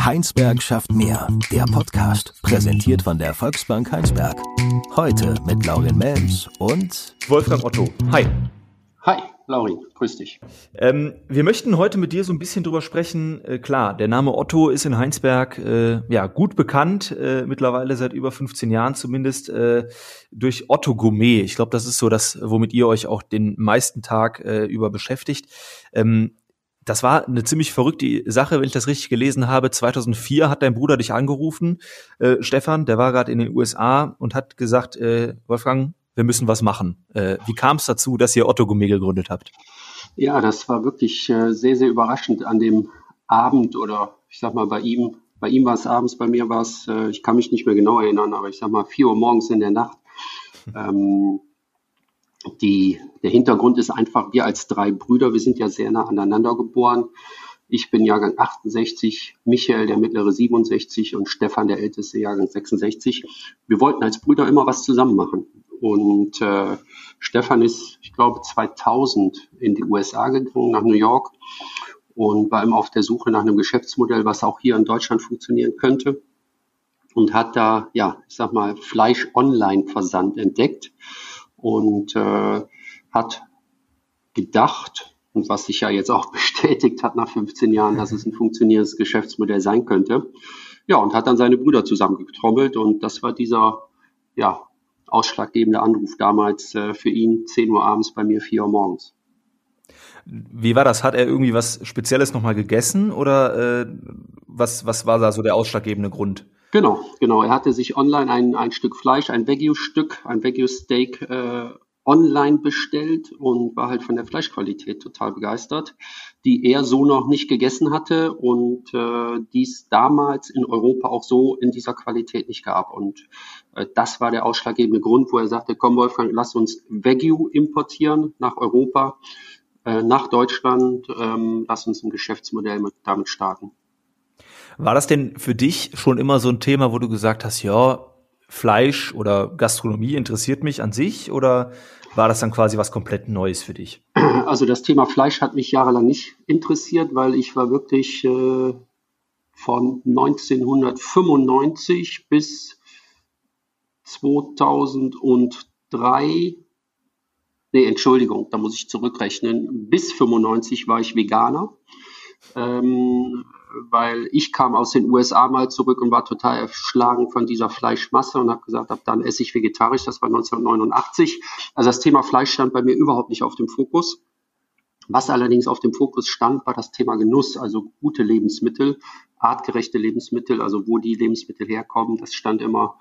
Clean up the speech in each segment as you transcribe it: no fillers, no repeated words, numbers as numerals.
Heinsberg schafft mehr. Der Podcast, präsentiert von der Volksbank Heinsberg. Heute mit Laurin Melms und Wolfgang Otto. Hi. Hi, Laurin, grüß dich. Wir möchten heute mit dir so ein bisschen drüber sprechen. Klar, der Name Otto ist in Heinsberg gut bekannt, mittlerweile seit über 15 Jahren zumindest, durch Otto Gourmet. Ich glaube, das ist so das, womit ihr euch auch den meisten Tag über beschäftigt. Das war eine ziemlich verrückte Sache, wenn ich das richtig gelesen habe. 2004 hat dein Bruder dich angerufen, Stefan, der war gerade in den USA und hat gesagt, Wolfgang, wir müssen was machen. Wie kam es dazu, dass ihr Otto Gourmet gegründet habt? Ja, das war wirklich sehr, sehr überraschend an dem Abend oder ich sag mal bei ihm war es abends, bei mir war es, ich kann mich nicht mehr genau erinnern, aber ich sag mal 4 Uhr morgens in der Nacht. Der Hintergrund ist einfach, wir als 3 Brüder, wir sind ja sehr nah aneinander geboren. Ich bin Jahrgang 68, Michael, der mittlere 67 und Stefan, der älteste, Jahrgang 66. Wir wollten als Brüder immer was zusammen machen. Und Stefan ist, ich glaube, 2000 in die USA gegangen, nach New York, und war immer auf der Suche nach einem Geschäftsmodell, was auch hier in Deutschland funktionieren könnte. Und hat da, Fleisch-Online-Versand entdeckt und hat gedacht, und was sich ja jetzt auch bestätigt hat nach 15 Jahren, dass es ein funktionierendes Geschäftsmodell sein könnte. Ja, und hat dann seine Brüder zusammengetrommelt und das war dieser, ausschlaggebende Anruf damals für ihn, 10 Uhr abends, bei mir 4 Uhr morgens. Wie war das? Hat er irgendwie was Spezielles nochmal gegessen oder was war da so der ausschlaggebende Grund? Genau. Er hatte sich online ein Stück Fleisch, ein Wagyu-Steak online bestellt und war halt von der Fleischqualität total begeistert, die er so noch nicht gegessen hatte und die es damals in Europa auch so in dieser Qualität nicht gab. Und das war der ausschlaggebende Grund, wo er sagte, komm Wolfgang, lass uns Wagyu importieren nach Europa, nach Deutschland, lass uns ein Geschäftsmodell damit starten. War das denn für dich schon immer so ein Thema, wo du gesagt hast, ja, Fleisch oder Gastronomie interessiert mich an sich, oder war das dann quasi was komplett Neues für dich? Also das Thema Fleisch hat mich jahrelang nicht interessiert, weil ich war wirklich von 1995 bis 2003, da muss ich zurückrechnen, bis 95 war ich Veganer. Weil ich kam aus den USA mal zurück und war total erschlagen von dieser Fleischmasse und habe gesagt, ab dann esse ich vegetarisch. Das war 1989. Also das Thema Fleisch stand bei mir überhaupt nicht auf dem Fokus. Was allerdings auf dem Fokus stand, war das Thema Genuss, also gute Lebensmittel, artgerechte Lebensmittel, also wo die Lebensmittel herkommen, das stand immer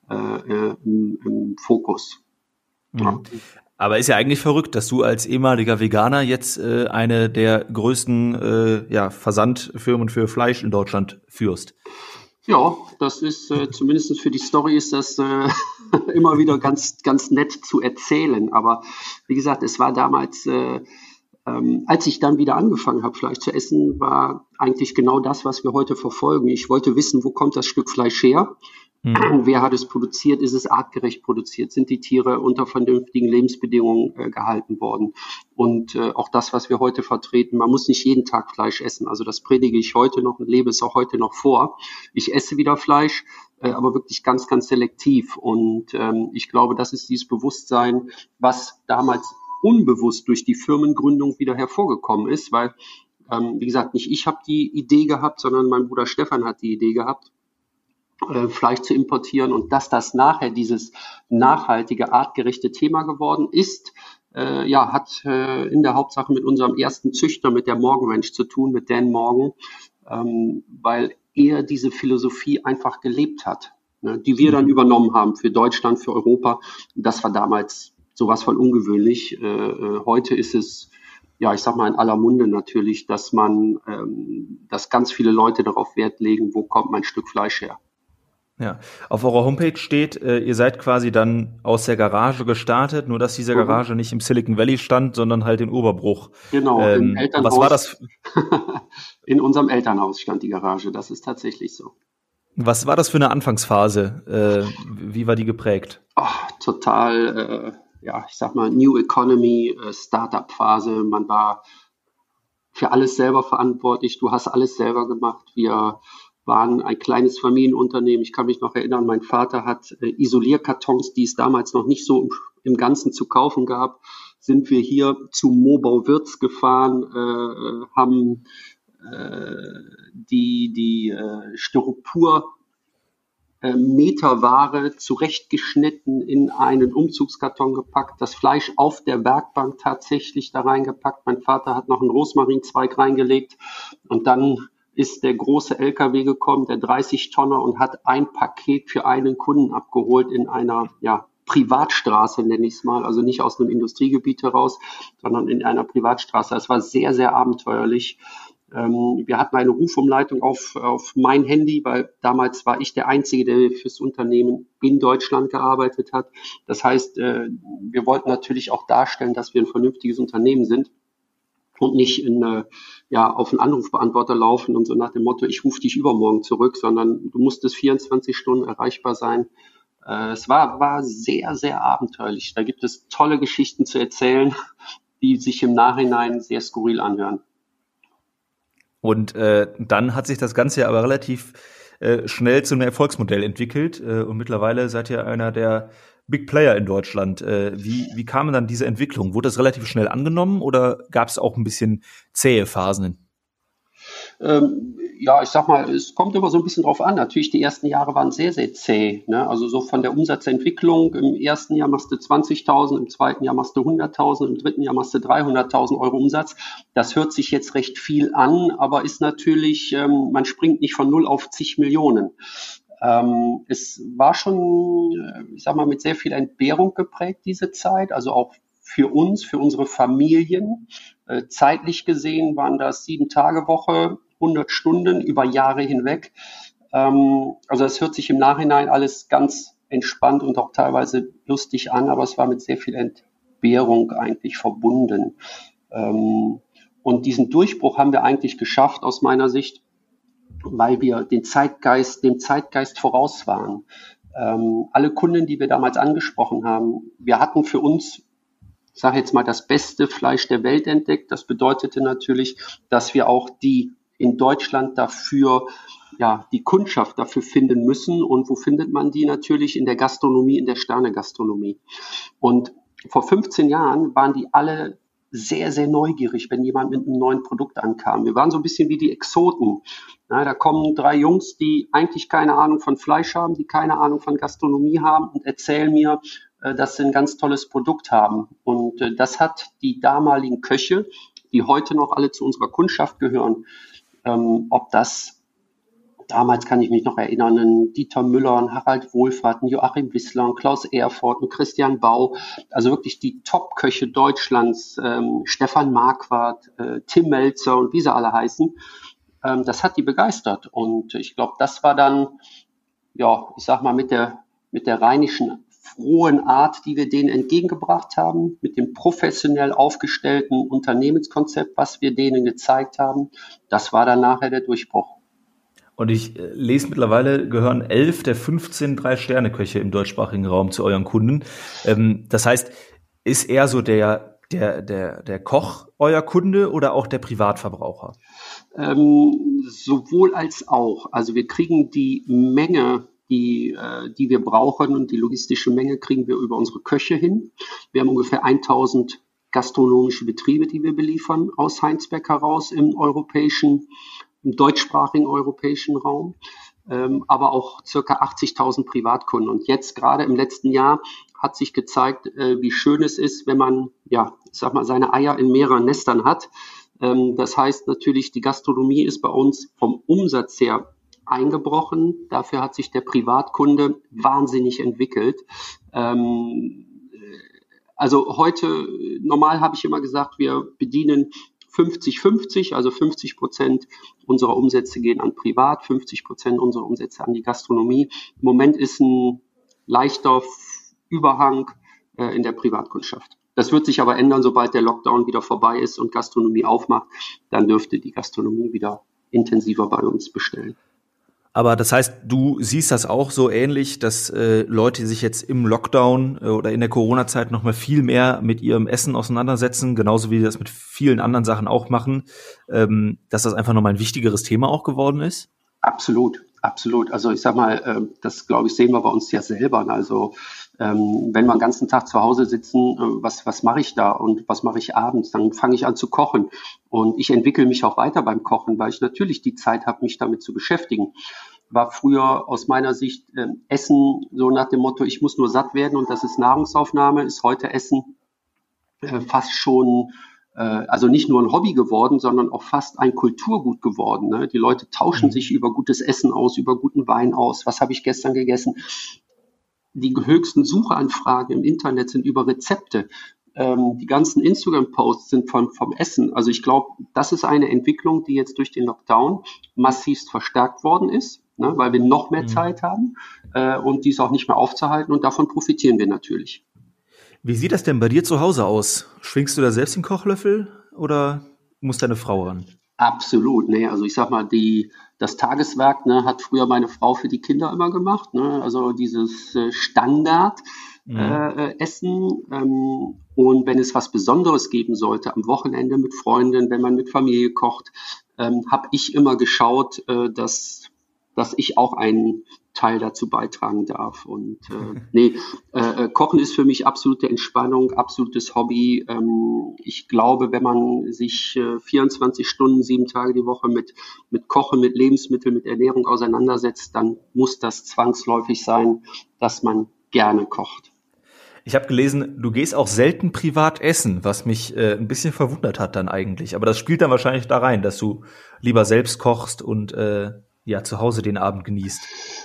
im Fokus. Ja. Aber ist ja eigentlich verrückt, dass du als ehemaliger Veganer jetzt eine der größten Versandfirmen für Fleisch in Deutschland führst. Ja, das ist zumindest für die Story ist das immer wieder ganz, ganz nett zu erzählen. Aber wie gesagt, es war damals, als ich dann wieder angefangen habe, Fleisch zu essen, war eigentlich genau das, was wir heute verfolgen. Ich wollte wissen, wo kommt das Stück Fleisch her? Wer hat es produziert? Ist es artgerecht produziert? Sind die Tiere unter vernünftigen Lebensbedingungen gehalten worden? Und auch das, was wir heute vertreten, man muss nicht jeden Tag Fleisch essen. Also das predige ich heute noch und lebe es auch heute noch vor. Ich esse wieder Fleisch, aber wirklich ganz, ganz selektiv. Und ich glaube, das ist dieses Bewusstsein, was damals unbewusst durch die Firmengründung wieder hervorgekommen ist. Weil, wie gesagt, nicht ich habe die Idee gehabt, sondern mein Bruder Stefan hat die Idee gehabt, Fleisch zu importieren, und dass das nachher dieses nachhaltige, artgerechte Thema geworden ist, hat in der Hauptsache mit unserem ersten Züchter, mit der Morgan Ranch zu tun, mit Dan Morgan, weil er diese Philosophie einfach gelebt hat, ne, die wir dann übernommen haben für Deutschland, für Europa. Das war damals sowas von ungewöhnlich. Heute ist es, in aller Munde natürlich, dass dass ganz viele Leute darauf Wert legen, wo kommt mein Stück Fleisch her. Ja, auf eurer Homepage steht, ihr seid quasi dann aus der Garage gestartet, nur dass diese Garage nicht im Silicon Valley stand, sondern halt in Oberbruch. Genau, im Elternhaus. Was war das? In unserem Elternhaus stand die Garage, das ist tatsächlich so. Was war das für eine Anfangsphase? Wie war die geprägt? Total, New Economy, Startup-Phase. Man war für alles selber verantwortlich, du hast alles selber gemacht. Wir waren ein kleines Familienunternehmen. Ich kann mich noch erinnern, mein Vater hat Isolierkartons, die es damals noch nicht so im Ganzen zu kaufen gab, sind wir hier zu Mobau Wirtz gefahren, haben die Styropor Meterware zurechtgeschnitten in einen Umzugskarton gepackt, das Fleisch auf der Werkbank tatsächlich da reingepackt. Mein Vater hat noch einen Rosmarinzweig reingelegt und dann ist der große LKW gekommen, der 30-Tonner, und hat ein Paket für einen Kunden abgeholt in einer Privatstraße, nenne ich es mal, also nicht aus einem Industriegebiet heraus, sondern in einer Privatstraße. Es war sehr, sehr abenteuerlich. Wir hatten eine Rufumleitung auf mein Handy, weil damals war ich der Einzige, der fürs Unternehmen in Deutschland gearbeitet hat. Das heißt, wir wollten natürlich auch darstellen, dass wir ein vernünftiges Unternehmen sind und nicht auf einen Anrufbeantworter laufen und so nach dem Motto, ich rufe dich übermorgen zurück, sondern du musstest 24 Stunden erreichbar sein. Es war sehr, sehr abenteuerlich. Da gibt es tolle Geschichten zu erzählen, die sich im Nachhinein sehr skurril anhören. Und dann hat sich das Ganze ja aber relativ schnell zu einem Erfolgsmodell entwickelt. Und mittlerweile seid ihr einer der Big Player in Deutschland. Wie kam dann diese Entwicklung? Wurde das relativ schnell angenommen oder gab es auch ein bisschen zähe Phasen? Ich sag mal, es kommt immer so ein bisschen drauf an. Natürlich, die ersten Jahre waren sehr, sehr zäh. Ne? Also so von der Umsatzentwicklung. Im ersten Jahr machst du 20.000, im zweiten Jahr machst du 100.000, im dritten Jahr machst du 300.000 Euro Umsatz. Das hört sich jetzt recht viel an, aber ist natürlich, man springt nicht von 0 auf zig Millionen. Es war schon, ich sag mal, mit sehr viel Entbehrung geprägt, diese Zeit. Also auch für uns, für unsere Familien. Zeitlich gesehen waren das 7-Tage-Woche, 100 Stunden über Jahre hinweg. Also es hört sich im Nachhinein alles ganz entspannt und auch teilweise lustig an, aber es war mit sehr viel Entbehrung eigentlich verbunden. Und diesen Durchbruch haben wir eigentlich geschafft aus meiner Sicht, weil wir dem Zeitgeist voraus waren. Alle Kunden, die wir damals angesprochen haben, wir hatten für uns, ich sage jetzt mal, das beste Fleisch der Welt entdeckt. Das bedeutete natürlich, dass wir auch die in Deutschland dafür, die Kundschaft dafür finden müssen. Und wo findet man die? Natürlich in der Gastronomie, in der Sterne-Gastronomie. Und vor 15 Jahren waren die alle sehr, sehr neugierig, wenn jemand mit einem neuen Produkt ankam. Wir waren so ein bisschen wie die Exoten. Ja, da kommen 3 Jungs, die eigentlich keine Ahnung von Fleisch haben, die keine Ahnung von Gastronomie haben und erzählen mir, dass sie ein ganz tolles Produkt haben. Und das hat die damaligen Köche, die heute noch alle zu unserer Kundschaft gehören, ob das, damals kann ich mich noch erinnern, ein Dieter Müller, ein Harald Wohlfahrt, ein Joachim Wissler, ein Klaus Erfurt, ein Christian Bau, also wirklich die Top-Köche Deutschlands, Stefan Marquardt, Tim Melzer und wie sie alle heißen, das hat die begeistert. Und ich glaube, das war dann, ich sag mal, mit der rheinischen frohen Art, die wir denen entgegengebracht haben, mit dem professionell aufgestellten Unternehmenskonzept, was wir denen gezeigt haben, das war dann nachher der Durchbruch. Und ich lese mittlerweile, gehören 11 der 15 3-Sterne-Köche im deutschsprachigen Raum zu euren Kunden. Das heißt, ist eher so der Koch euer Kunde oder auch der Privatverbraucher? Sowohl als auch. Also wir kriegen die Menge, die wir brauchen, und die logistische Menge kriegen wir über unsere Köche hin. Wir haben ungefähr 1000 gastronomische Betriebe, die wir beliefern aus Heinsberg heraus im deutschsprachigen europäischen Raum, aber auch circa 80.000 Privatkunden. Und jetzt gerade im letzten Jahr hat sich gezeigt, wie schön es ist, wenn man, seine Eier in mehreren Nestern hat. Das heißt natürlich, die Gastronomie ist bei uns vom Umsatz her eingebrochen. Dafür hat sich der Privatkunde wahnsinnig entwickelt. Also heute, normal habe ich immer gesagt, wir bedienen 50-50, also 50% unserer Umsätze gehen an Privat, 50% unserer Umsätze an die Gastronomie. Im Moment ist ein leichter Überhang in der Privatkundschaft. Das wird sich aber ändern, sobald der Lockdown wieder vorbei ist und Gastronomie aufmacht. Dann dürfte die Gastronomie wieder intensiver bei uns bestellen. Aber das heißt, du siehst das auch so ähnlich, dass Leute sich jetzt im Lockdown oder in der Corona-Zeit noch mal viel mehr mit ihrem Essen auseinandersetzen, genauso wie die das mit vielen anderen Sachen auch machen, dass das einfach noch mal ein wichtigeres Thema auch geworden ist? Absolut, absolut. Also ich sag mal, das glaube ich, sehen wir bei uns ja selber. Also wenn wir den ganzen Tag zu Hause sitzen, was mache ich da und was mache ich abends? Dann fange ich an zu kochen. Und ich entwickle mich auch weiter beim Kochen, weil ich natürlich die Zeit habe, mich damit zu beschäftigen. War früher aus meiner Sicht Essen so nach dem Motto, ich muss nur satt werden und das ist Nahrungsaufnahme, ist heute Essen fast schon, also nicht nur ein Hobby geworden, sondern auch fast ein Kulturgut geworden. Ne? Die Leute tauschen sich über gutes Essen aus, über guten Wein aus. Was habe ich gestern gegessen? Die höchsten Suchanfragen im Internet sind über Rezepte. Die ganzen Instagram-Posts sind vom Essen. Also ich glaube, das ist eine Entwicklung, die jetzt durch den Lockdown massivst verstärkt worden ist, ne? Weil wir noch mehr Zeit haben und dies auch nicht mehr aufzuhalten. Und davon profitieren wir natürlich. Wie sieht das denn bei dir zu Hause aus? Schwingst du da selbst den Kochlöffel oder muss deine Frau ran? Absolut, ne, also ich sag mal, das Tageswerk, ne, hat früher meine Frau für die Kinder immer gemacht, ne, also dieses Standard Essen, und wenn es was Besonderes geben sollte, am Wochenende mit Freunden, wenn man mit Familie kocht, habe ich immer geschaut, dass ich auch einen Teil dazu beitragen darf. Und Kochen ist für mich absolute Entspannung, absolutes Hobby. Ich glaube, wenn man sich 24 Stunden, 7 Tage die Woche mit Kochen, mit Lebensmitteln, mit Ernährung auseinandersetzt, dann muss das zwangsläufig sein, dass man gerne kocht. Ich habe gelesen, du gehst auch selten privat essen, was mich ein bisschen verwundert hat dann eigentlich. Aber das spielt dann wahrscheinlich da rein, dass du lieber selbst kochst und zu Hause den Abend genießt.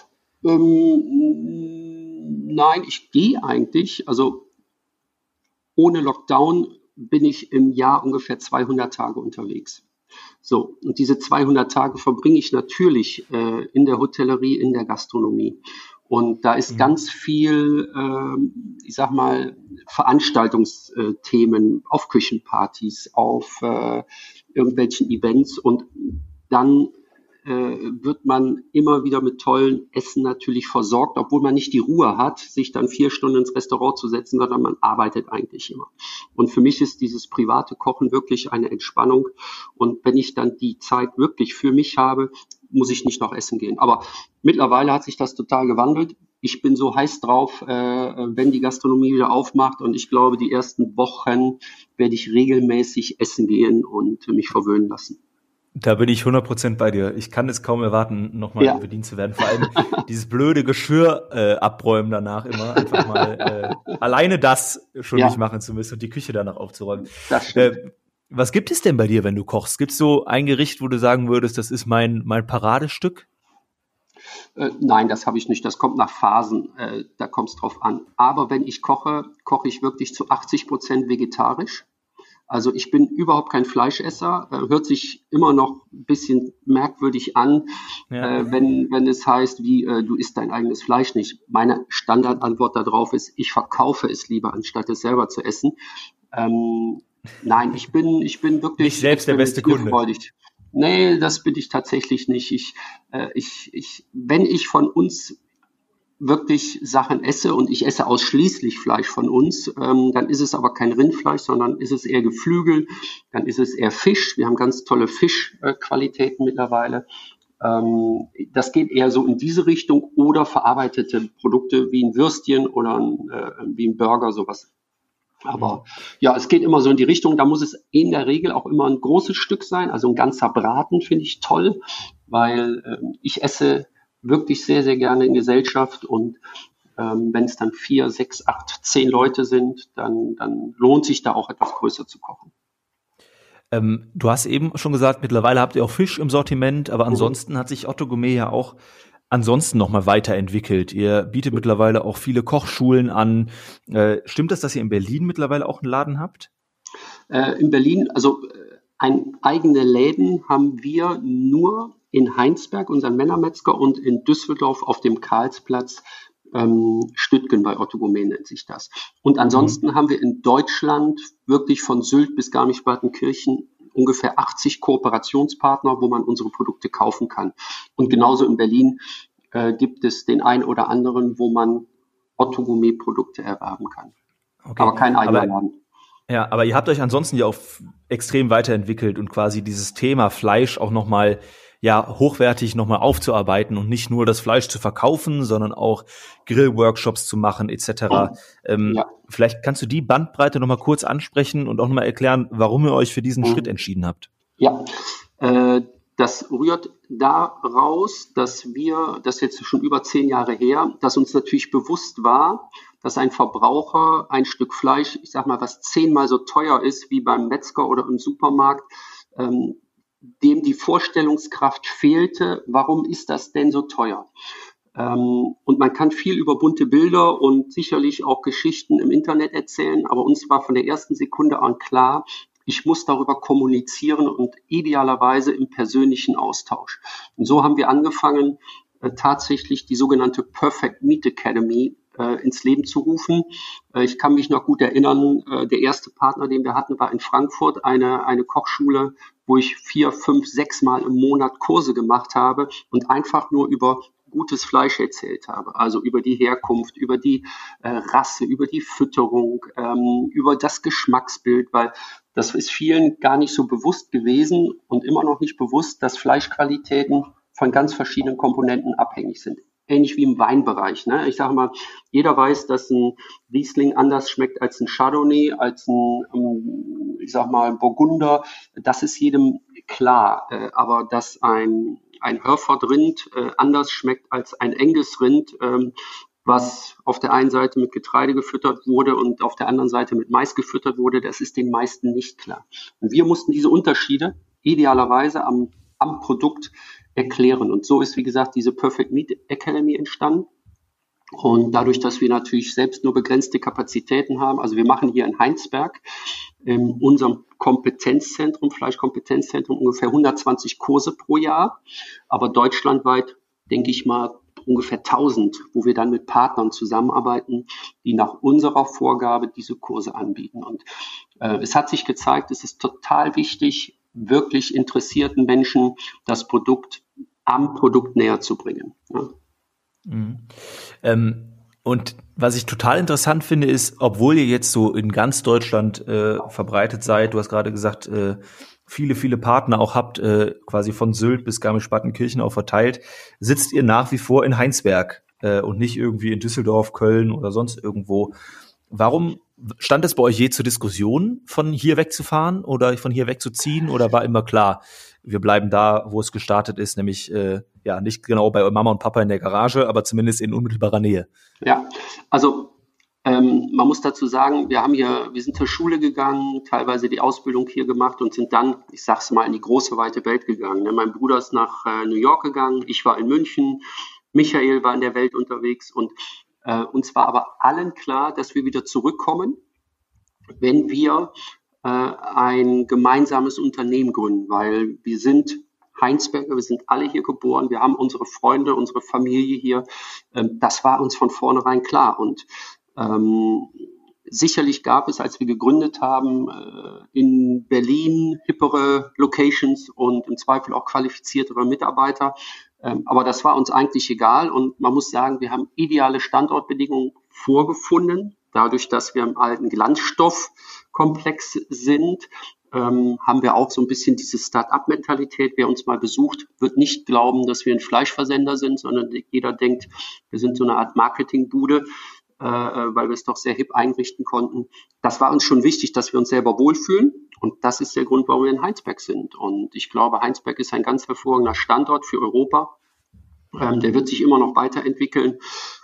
Nein, ich gehe eigentlich, also ohne Lockdown bin ich im Jahr ungefähr 200 Tage unterwegs. So, und diese 200 Tage verbringe ich natürlich in der Hotellerie, in der Gastronomie. Und da ist ganz viel, ich sag mal, Veranstaltungsthemen auf Küchenpartys, auf irgendwelchen Events, und dann wird man immer wieder mit tollen Essen natürlich versorgt, obwohl man nicht die Ruhe hat, sich dann 4 Stunden ins Restaurant zu setzen, sondern man arbeitet eigentlich immer. Und für mich ist dieses private Kochen wirklich eine Entspannung. Und wenn ich dann die Zeit wirklich für mich habe, muss ich nicht noch essen gehen. Aber mittlerweile hat sich das total gewandelt. Ich bin so heiß drauf, wenn die Gastronomie wieder aufmacht. Und ich glaube, die ersten Wochen werde ich regelmäßig essen gehen und mich verwöhnen lassen. Da bin ich 100% bei dir. Ich kann es kaum erwarten, nochmal bedient zu werden. Vor allem dieses blöde Geschirr abräumen danach immer. Einfach mal alleine das schon nicht machen zu müssen und die Küche danach aufzuräumen. Das stimmt. Was gibt es denn bei dir, wenn du kochst? Gibt es so ein Gericht, wo du sagen würdest, das ist mein Paradestück? Nein, das habe ich nicht. Das kommt nach Phasen. Da kommt es drauf an. Aber wenn ich koche, koche ich wirklich zu 80% vegetarisch. Also ich bin überhaupt kein Fleischesser, hört sich immer noch ein bisschen merkwürdig an, wenn es heißt, du isst dein eigenes Fleisch nicht. Meine Standardantwort darauf ist, ich verkaufe es lieber, anstatt es selber zu essen. Nein, ich bin wirklich nicht selbst der beste Kunde. Nee, das bin ich tatsächlich nicht. Wenn ich von uns wirklich Sachen esse, und ich esse ausschließlich Fleisch von uns, dann ist es aber kein Rindfleisch, sondern ist es eher Geflügel, dann ist es eher Fisch. Wir haben ganz tolle Fischqualitäten mittlerweile. Das geht eher so in diese Richtung, oder verarbeitete Produkte wie ein Würstchen oder wie ein Burger, sowas. Aber ja, es geht immer so in die Richtung. Da muss es in der Regel auch immer ein großes Stück sein. Also ein ganzer Braten finde ich toll, weil ich esse wirklich sehr, sehr gerne in Gesellschaft, und wenn es dann 4, 6, 8, 10 Leute sind, dann lohnt sich da auch etwas größer zu kochen. Du hast eben schon gesagt, mittlerweile habt ihr auch Fisch im Sortiment, aber ansonsten hat sich Otto Gourmet ja auch ansonsten nochmal weiterentwickelt. Ihr bietet mittlerweile auch viele Kochschulen an. Stimmt das, dass ihr in Berlin mittlerweile auch einen Laden habt? In Berlin, also eigene Läden haben wir nur in Heinsberg, unseren Männermetzger, und in Düsseldorf auf dem Karlsplatz, Stüttgen bei Otto Gourmet nennt sich das. Und ansonsten haben wir in Deutschland wirklich von Sylt bis Garmisch-Partenkirchen ungefähr 80 Kooperationspartner, wo man unsere Produkte kaufen kann. Und genauso in Berlin gibt es den einen oder anderen, wo man Otto Gourmet Produkte erwerben kann. Okay. Aber kein eigener Laden. Ja, aber ihr habt euch ansonsten ja auch extrem weiterentwickelt und quasi dieses Thema Fleisch auch nochmal hochwertig nochmal aufzuarbeiten und nicht nur das Fleisch zu verkaufen, sondern auch Grillworkshops zu machen etc. Vielleicht kannst du die Bandbreite nochmal kurz ansprechen und auch nochmal erklären, warum ihr euch für diesen Schritt entschieden habt. Ja, das rührt daraus, dass das jetzt schon über 10 Jahre her, dass uns natürlich bewusst war, dass ein Verbraucher ein Stück Fleisch, ich sag mal, was 10-mal so teuer ist wie beim Metzger oder im Supermarkt, dem die Vorstellungskraft fehlte, warum ist das denn so teuer? Und man kann viel über bunte Bilder und sicherlich auch Geschichten im Internet erzählen, aber uns war von der ersten Sekunde an klar, ich muss darüber kommunizieren und idealerweise im persönlichen Austausch. Und so haben wir angefangen, tatsächlich die sogenannte Perfect Meat Academy ins Leben zu rufen. Ich kann mich noch gut erinnern, der erste Partner, den wir hatten, war in Frankfurt, eine Kochschule, wo ich 4, 5, 6 Mal im Monat Kurse gemacht habe und einfach nur über gutes Fleisch erzählt habe. Also über die Herkunft, über die Rasse, über die Fütterung, über das Geschmacksbild, weil das ist vielen gar nicht so bewusst gewesen und immer noch nicht bewusst, dass Fleischqualitäten von ganz verschiedenen Komponenten abhängig sind. Ähnlich wie im Weinbereich. Ne? Ich sage mal, jeder weiß, dass ein Riesling anders schmeckt als ein Chardonnay, als ein, ich sag mal, Burgunder. Das ist jedem klar. Aber dass ein Hereford-Rind anders schmeckt als ein Angus-Rind, was auf der einen Seite mit Getreide gefüttert wurde und auf der anderen Seite mit Mais gefüttert wurde, das ist den meisten nicht klar. Und wir mussten diese Unterschiede idealerweise am Produkt erklären. Und so ist, wie gesagt, diese Perfect Meat Academy entstanden. Und dadurch, dass wir natürlich selbst nur begrenzte Kapazitäten haben, also wir machen hier in Heinsberg in unserem Kompetenzzentrum, Fleischkompetenzzentrum, ungefähr 120 Kurse pro Jahr, aber deutschlandweit, denke ich mal, ungefähr 1000, wo wir dann mit Partnern zusammenarbeiten, die nach unserer Vorgabe diese Kurse anbieten. Und es hat sich gezeigt, es ist total wichtig, wirklich interessierten Menschen das Produkt am Produkt näher zu bringen. Ja. Und was ich total interessant finde, ist, obwohl ihr jetzt so in ganz Deutschland verbreitet seid, du hast gerade gesagt, viele Partner auch habt, quasi von Sylt bis Garmisch-Partenkirchen auch verteilt, sitzt ihr nach wie vor in Heinsberg und nicht irgendwie in Düsseldorf, Köln oder sonst irgendwo. Warum stand es bei euch je zur Diskussion, von hier wegzufahren oder von hier wegzuziehen, oder war immer klar, wir bleiben da, wo es gestartet ist, nämlich nicht genau bei Mama und Papa in der Garage, aber zumindest in unmittelbarer Nähe? Ja, also man muss dazu sagen, wir sind zur Schule gegangen, teilweise die Ausbildung hier gemacht und sind dann, ich sag's mal, in die große, weite Welt gegangen. Mein Bruder ist nach New York gegangen, ich war in München, Michael war in der Welt unterwegs und uns war aber allen klar, dass wir wieder zurückkommen, wenn wir ein gemeinsames Unternehmen gründen, weil wir sind Heinsberger, wir sind alle hier geboren, wir haben unsere Freunde, unsere Familie hier. Das war uns von vornherein klar. Und sicherlich gab es, als wir gegründet haben, in Berlin hippere Locations und im Zweifel auch qualifiziertere Mitarbeiter. Aber das war uns eigentlich egal und man muss sagen, wir haben ideale Standortbedingungen vorgefunden. Dadurch, dass wir im alten Glanzstoffkomplex sind, haben wir auch so ein bisschen diese Start-up-Mentalität. Wer uns mal besucht, wird nicht glauben, dass wir ein Fleischversender sind, sondern jeder denkt, wir sind so eine Art Marketingbude, weil wir es doch sehr hip einrichten konnten. Das war uns schon wichtig, dass wir uns selber wohlfühlen. Und das ist der Grund, warum wir in Heinsberg sind. Und ich glaube, Heinsberg ist ein ganz hervorragender Standort für Europa. Der wird sich immer noch weiterentwickeln.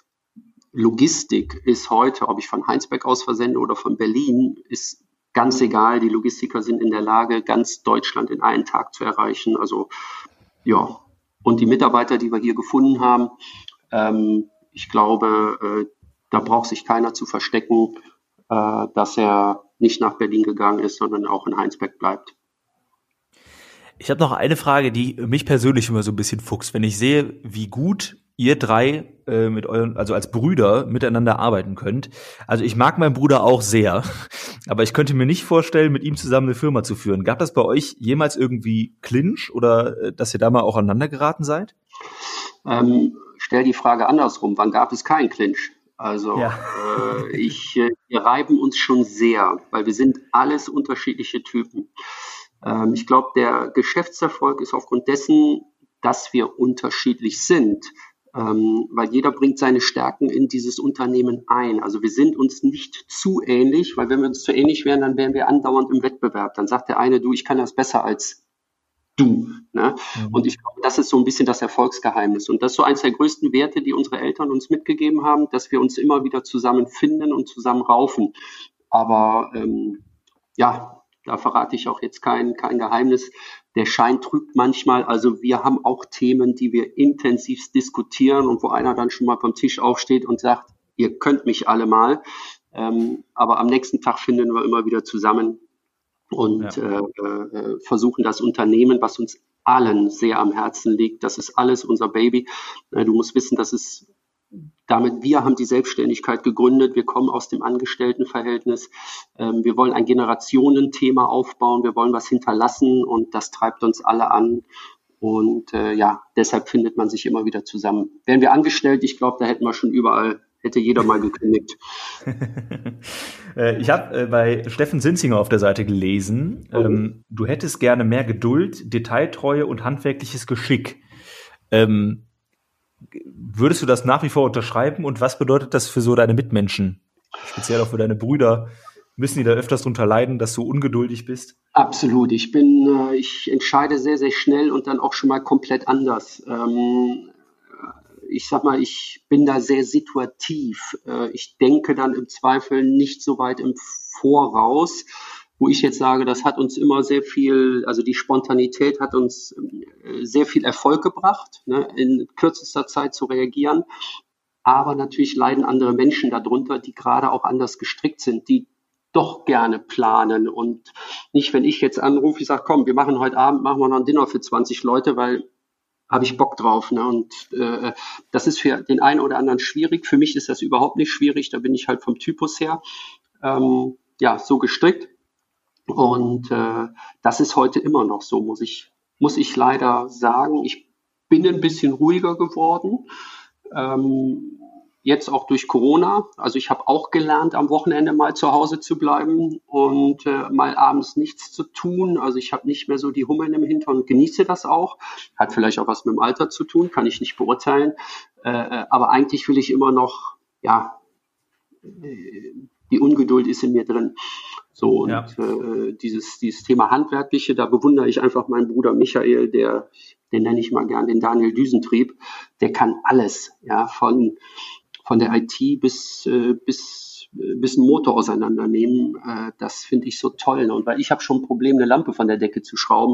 Logistik ist heute, ob ich von Heinsberg aus versende oder von Berlin, ist ganz egal. Die Logistiker sind in der Lage, ganz Deutschland in einen Tag zu erreichen. Also ja, und die Mitarbeiter, die wir hier gefunden haben, ich glaube, da braucht sich keiner zu verstecken, dass er nicht nach Berlin gegangen ist, sondern auch in Heinsberg bleibt. Ich habe noch eine Frage, die mich persönlich immer so ein bisschen fuchst. Wenn ich sehe, wie gut ihr drei mit euren, also als Brüder miteinander arbeiten könnt. Also ich mag meinen Bruder auch sehr, aber ich könnte mir nicht vorstellen, mit ihm zusammen eine Firma zu führen. Gab das bei euch jemals irgendwie Clinch oder dass ihr da mal auch aneinander geraten seid? Stell die Frage andersrum. Wann gab es keinen Clinch? Also ja. Wir reiben uns schon sehr, weil wir sind alles unterschiedliche Typen. Ich glaube, der Geschäftserfolg ist aufgrund dessen dass wir unterschiedlich sind, weil jeder bringt seine Stärken in dieses Unternehmen ein. Also wir sind uns nicht zu ähnlich, weil wenn wir uns zu ähnlich wären, dann wären wir andauernd im Wettbewerb. Dann sagt der eine, du, ich kann das besser als du. Ne? Und ich glaube, das ist so ein bisschen das Erfolgsgeheimnis. Und das ist so eins der größten Werte, die unsere Eltern uns mitgegeben haben, dass wir uns immer wieder zusammenfinden und zusammen raufen. Aber da verrate ich auch jetzt kein Geheimnis. Der Schein trügt manchmal. Also wir haben auch Themen, die wir intensivst diskutieren und wo einer dann schon mal vom Tisch aufsteht und sagt, ihr könnt mich alle mal. Aber am nächsten Tag finden wir immer wieder zusammen und versuchen das Unternehmen, was uns allen sehr am Herzen liegt, das ist alles unser Baby. Du musst wissen, wir haben die Selbstständigkeit gegründet, wir kommen aus dem Angestelltenverhältnis, wir wollen ein Generationenthema aufbauen, wir wollen was hinterlassen und das treibt uns alle an und deshalb findet man sich immer wieder zusammen. Wären wir angestellt, ich glaube, da hätte jeder mal gekündigt. Ich habe bei Steffen Sinzinger auf der Seite gelesen, du hättest gerne mehr Geduld, Detailtreue und handwerkliches Geschick. Würdest du das nach wie vor unterschreiben und was bedeutet das für so deine Mitmenschen? Speziell auch für deine Brüder. Müssen die da öfters drunter leiden, dass du ungeduldig bist? Absolut. Ich entscheide sehr, sehr schnell und dann auch schon mal komplett anders. Ich sag mal, ich bin da sehr situativ. Ich denke dann im Zweifel nicht so weit im Voraus, wo ich jetzt sage, das hat uns immer sehr viel, also die Spontanität hat uns sehr viel Erfolg gebracht, ne, in kürzester Zeit zu reagieren. Aber natürlich leiden andere Menschen darunter, die gerade auch anders gestrickt sind, die doch gerne planen und nicht, wenn ich jetzt anrufe, ich sage, komm, wir machen heute Abend, machen wir noch ein Dinner für 20 Leute, weil habe ich Bock drauf. Ne? Und das ist für den einen oder anderen schwierig. Für mich ist das überhaupt nicht schwierig. Da bin ich halt vom Typus her so gestrickt. Und das ist heute immer noch so, muss ich leider sagen. Ich bin ein bisschen ruhiger geworden. Jetzt auch durch Corona. Also ich habe auch gelernt, am Wochenende mal zu Hause zu bleiben und mal abends nichts zu tun. Also ich habe nicht mehr so die Hummeln im Hintern und genieße das auch. Hat vielleicht auch was mit dem Alter zu tun, kann ich nicht beurteilen. Aber eigentlich will ich immer noch, die Ungeduld ist in mir drin. So, und dieses Thema Handwerkliche, da bewundere ich einfach meinen Bruder Michael, den nenne ich mal gern den Daniel Düsentrieb, der kann alles, von der IT bis einen Motor auseinandernehmen. Das finde ich so toll. Und weil ich habe schon ein Problem, eine Lampe von der Decke zu schrauben.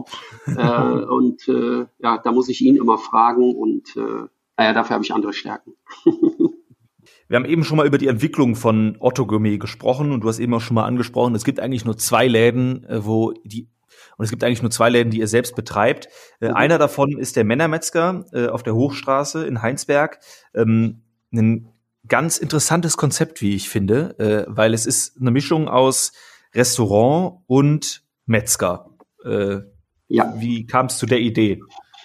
Da muss ich ihn immer fragen und dafür habe ich andere Stärken. Wir haben eben schon mal über die Entwicklung von Otto Gourmet gesprochen und du hast eben auch schon mal angesprochen, es gibt eigentlich nur zwei Läden, die ihr selbst betreibt. Einer davon ist der Männermetzger auf der Hochstraße in Heinsberg. Ein ganz interessantes Konzept, wie ich finde, weil es ist eine Mischung aus Restaurant und Metzger. Wie kam es zu der Idee?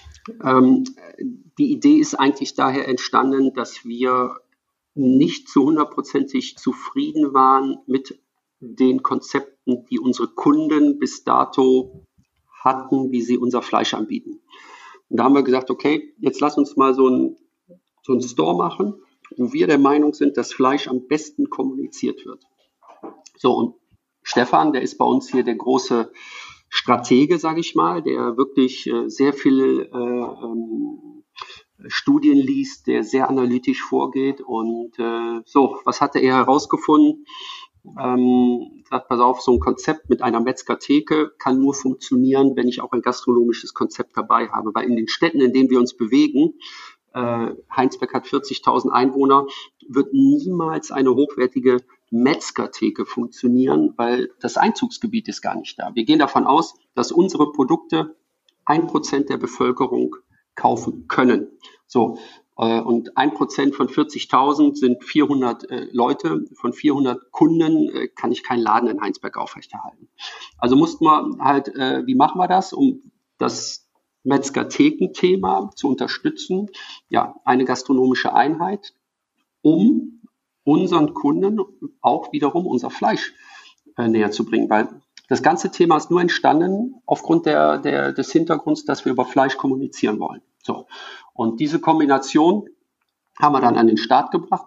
Die Idee ist eigentlich daher entstanden, dass wir nicht zu 100%ig zufrieden waren mit den Konzepten, die unsere Kunden bis dato hatten, wie sie unser Fleisch anbieten. Und da haben wir gesagt, okay, jetzt lass uns mal so einen Store machen, wo wir der Meinung sind, dass Fleisch am besten kommuniziert wird. So, und Stefan, der ist bei uns hier der große Stratege, sage ich mal, der wirklich sehr viel Studien liest, der sehr analytisch vorgeht und was hatte er herausgefunden? Sagt, pass auf, so ein Konzept mit einer Metzgertheke kann nur funktionieren, wenn ich auch ein gastronomisches Konzept dabei habe, weil in den Städten, in denen wir uns bewegen, Heinsberg hat 40.000 Einwohner, wird niemals eine hochwertige Metzgertheke funktionieren, weil das Einzugsgebiet ist gar nicht da. Wir gehen davon aus, dass unsere Produkte 1% der Bevölkerung kaufen können. So, und 1% von 40.000 sind 400 Leute. Von 400 Kunden kann ich keinen Laden in Heinsberg aufrechterhalten. Also mussten wir halt, wie machen wir das, um das Metzger-Theken-Thema zu unterstützen? Ja, eine gastronomische Einheit, um unseren Kunden auch wiederum unser Fleisch näher zu bringen, weil das ganze Thema ist nur entstanden aufgrund des Hintergrunds, dass wir über Fleisch kommunizieren wollen. So. Und diese Kombination haben wir dann an den Start gebracht,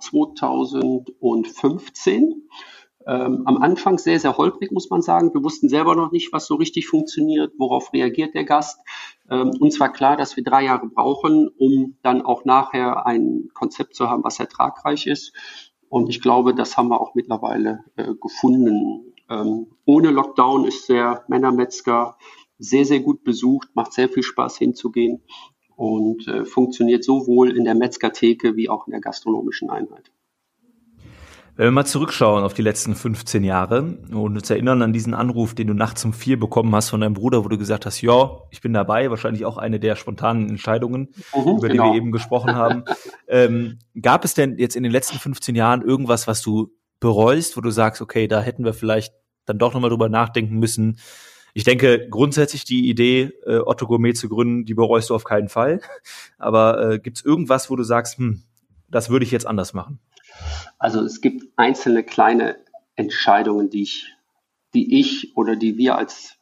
2015. Am Anfang sehr, sehr holprig, muss man sagen. Wir wussten selber noch nicht, was so richtig funktioniert, worauf reagiert der Gast. Uns war klar, dass wir 3 Jahre brauchen, um dann auch nachher ein Konzept zu haben, was ertragreich ist. Und ich glaube, das haben wir auch mittlerweile gefunden. Ohne Lockdown ist der Männermetzger sehr, sehr gut besucht, macht sehr viel Spaß hinzugehen und funktioniert sowohl in der Metzgertheke wie auch in der gastronomischen Einheit. Wenn wir mal zurückschauen auf die letzten 15 Jahre und uns erinnern an diesen Anruf, den du nachts um 4 bekommen hast von deinem Bruder, wo du gesagt hast, ja, ich bin dabei, wahrscheinlich auch eine der spontanen Entscheidungen, über die wir eben gesprochen haben. Gab es denn jetzt in den letzten 15 Jahren irgendwas, was du bereust, wo du sagst, okay, da hätten wir vielleicht dann doch nochmal drüber nachdenken müssen? Ich denke, grundsätzlich die Idee, Otto Gourmet zu gründen, die bereust du auf keinen Fall. Aber gibt es irgendwas, wo du sagst, das würde ich jetzt anders machen? Also es gibt einzelne kleine Entscheidungen, die ich oder die wir als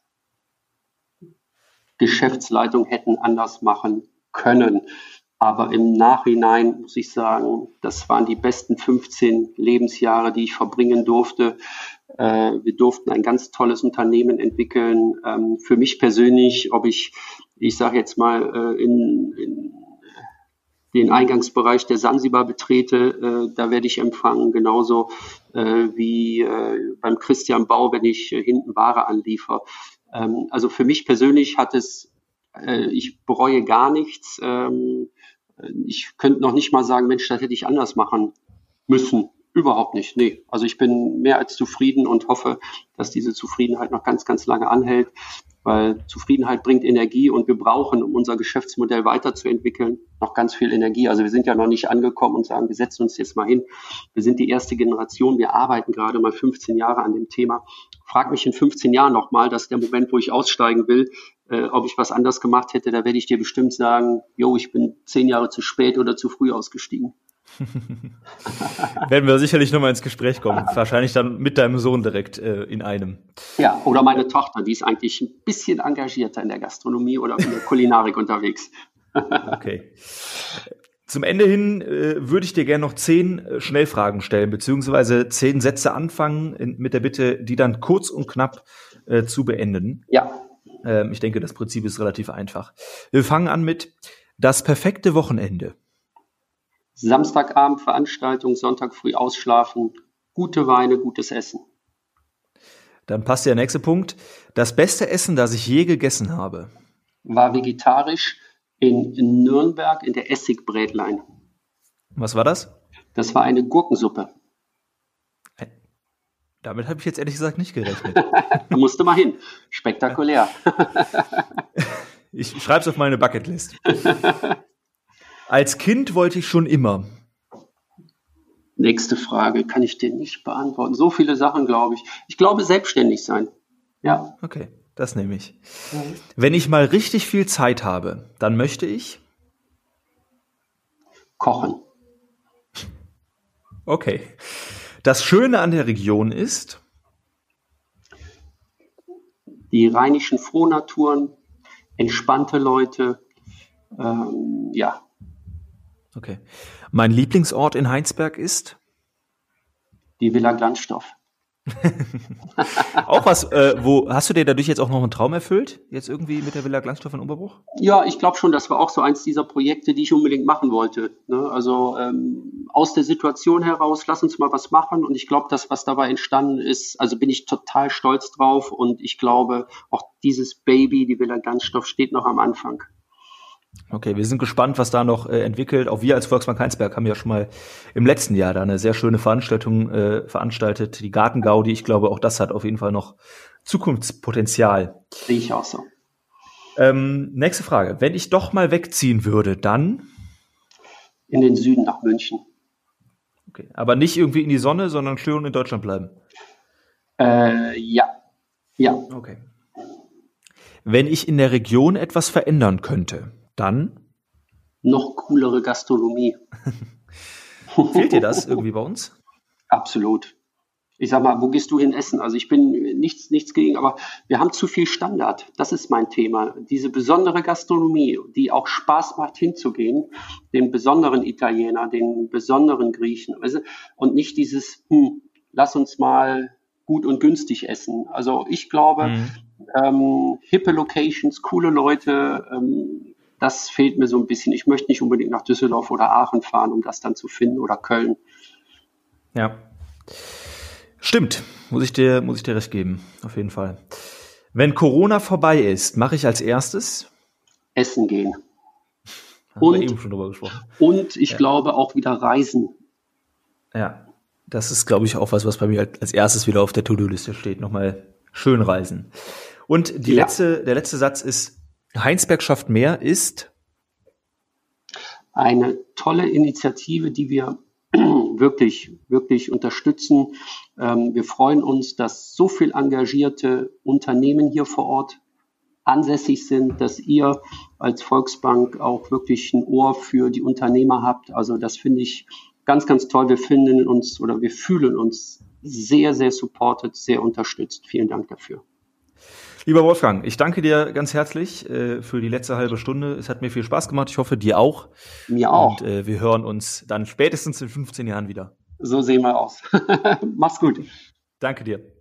Geschäftsleitung hätten anders machen können. Aber im Nachhinein muss ich sagen, das waren die besten 15 Lebensjahre, die ich verbringen durfte. Wir durften ein ganz tolles Unternehmen entwickeln. Für mich persönlich, ob ich sage jetzt mal, in den Eingangsbereich der Sansibar betrete, da werde ich empfangen, genauso wie beim Christian Bau, wenn ich hinten Ware anliefere. Also für mich persönlich ich bereue gar nichts. Ich könnte noch nicht mal sagen, Mensch, das hätte ich anders machen müssen. Überhaupt nicht, nee. Also ich bin mehr als zufrieden und hoffe, dass diese Zufriedenheit noch ganz, ganz lange anhält, weil Zufriedenheit bringt Energie und wir brauchen, um unser Geschäftsmodell weiterzuentwickeln, noch ganz viel Energie. Also wir sind ja noch nicht angekommen und sagen, wir setzen uns jetzt mal hin. Wir sind die erste Generation, wir arbeiten gerade mal 15 Jahre an dem Thema. Frag mich in 15 Jahren nochmal, das ist der Moment, wo ich aussteigen will, ob ich was anders gemacht hätte, da werde ich dir bestimmt sagen, ich bin 10 Jahre zu spät oder zu früh ausgestiegen. Werden wir sicherlich nochmal ins Gespräch kommen. Wahrscheinlich dann mit deinem Sohn direkt in einem. Ja, oder meine Tochter, die ist eigentlich ein bisschen engagierter in der Gastronomie oder in der Kulinarik unterwegs. Okay. Zum Ende hin würde ich dir gerne noch 10 Schnellfragen stellen, beziehungsweise 10 Sätze anfangen mit der Bitte, die dann kurz und knapp zu beenden. Ja. Ich denke, das Prinzip ist relativ einfach. Wir fangen an mit das perfekte Wochenende. Samstagabend Veranstaltung, Sonntag früh ausschlafen, gute Weine, gutes Essen. Dann passt der nächste Punkt. Das beste Essen, das ich je gegessen habe. War vegetarisch in Nürnberg in der Essigbrätlein. Was war das? Das war eine Gurkensuppe. Damit habe ich jetzt ehrlich gesagt nicht gerechnet. Da musste mal hin. Spektakulär. Ich schreibe es auf meine Bucketlist. Als Kind wollte ich schon immer. Nächste Frage kann ich dir nicht beantworten. So viele Sachen, glaube ich. Ich glaube, selbstständig sein. Ja. Okay, das nehme ich. Ja. Wenn ich mal richtig viel Zeit habe, dann möchte ich kochen. Okay. Das Schöne an der Region ist die rheinischen Frohnaturen, entspannte Leute, ja. Okay. Mein Lieblingsort in Heinsberg ist? Die Villa Glanzstoff. Auch was, hast du dir dadurch jetzt auch noch einen Traum erfüllt? Jetzt irgendwie mit der Villa Glanzstoff in Oberbruch? Ja, ich glaube schon, das war auch so eins dieser Projekte, die ich unbedingt machen wollte. Ne? Also aus der Situation heraus, lass uns mal was machen. Und ich glaube, das, was dabei entstanden ist, also bin ich total stolz drauf. Und ich glaube, auch dieses Baby, die Villa Glanzstoff, steht noch am Anfang. Okay, wir sind gespannt, was da noch entwickelt. Auch wir als Volksbank Heinsberg haben ja schon mal im letzten Jahr da eine sehr schöne Veranstaltung veranstaltet, die Gartengaudi. Ich glaube, auch das hat auf jeden Fall noch Zukunftspotenzial. Sehe ich auch so. Nächste Frage. Wenn ich doch mal wegziehen würde, dann? In den Süden nach München. Okay, aber nicht irgendwie in die Sonne, sondern schön in Deutschland bleiben? Ja. Okay. Wenn ich in der Region etwas verändern könnte, dann? Noch coolere Gastronomie. Fehlt dir das irgendwie bei uns? Absolut. Ich sag mal, wo gehst du hin essen? Also ich bin nichts gegen, aber wir haben zu viel Standard. Das ist mein Thema. Diese besondere Gastronomie, die auch Spaß macht hinzugehen, den besonderen Italiener, den besonderen Griechen, weißt du? Und nicht dieses, lass uns mal gut und günstig essen. Also ich glaube, hippe Locations, coole Leute, das fehlt mir so ein bisschen. Ich möchte nicht unbedingt nach Düsseldorf oder Aachen fahren, um das dann zu finden, oder Köln. Ja. Stimmt, muss ich dir recht geben, auf jeden Fall. Wenn Corona vorbei ist, mache ich als erstes Essen gehen. Haben wir eben schon drüber gesprochen. Und ich glaube auch wieder reisen. Ja, das ist, glaube ich, auch was bei mir als erstes wieder auf der To-Do-Liste steht. Nochmal schön reisen. Und der letzte Satz ist, Heinsberg schafft mehr ist eine tolle Initiative, die wir wirklich, wirklich unterstützen. Wir freuen uns, dass so viel engagierte Unternehmen hier vor Ort ansässig sind, dass ihr als Volksbank auch wirklich ein Ohr für die Unternehmer habt. Also das finde ich ganz, ganz toll. Wir fühlen uns sehr, sehr supported, sehr unterstützt. Vielen Dank dafür. Lieber Wolfgang, ich danke dir ganz herzlich für die letzte halbe Stunde. Es hat mir viel Spaß gemacht. Ich hoffe, dir auch. Mir auch. Und wir hören uns dann spätestens in 15 Jahren wieder. So sehen wir aus. Mach's gut. Danke dir.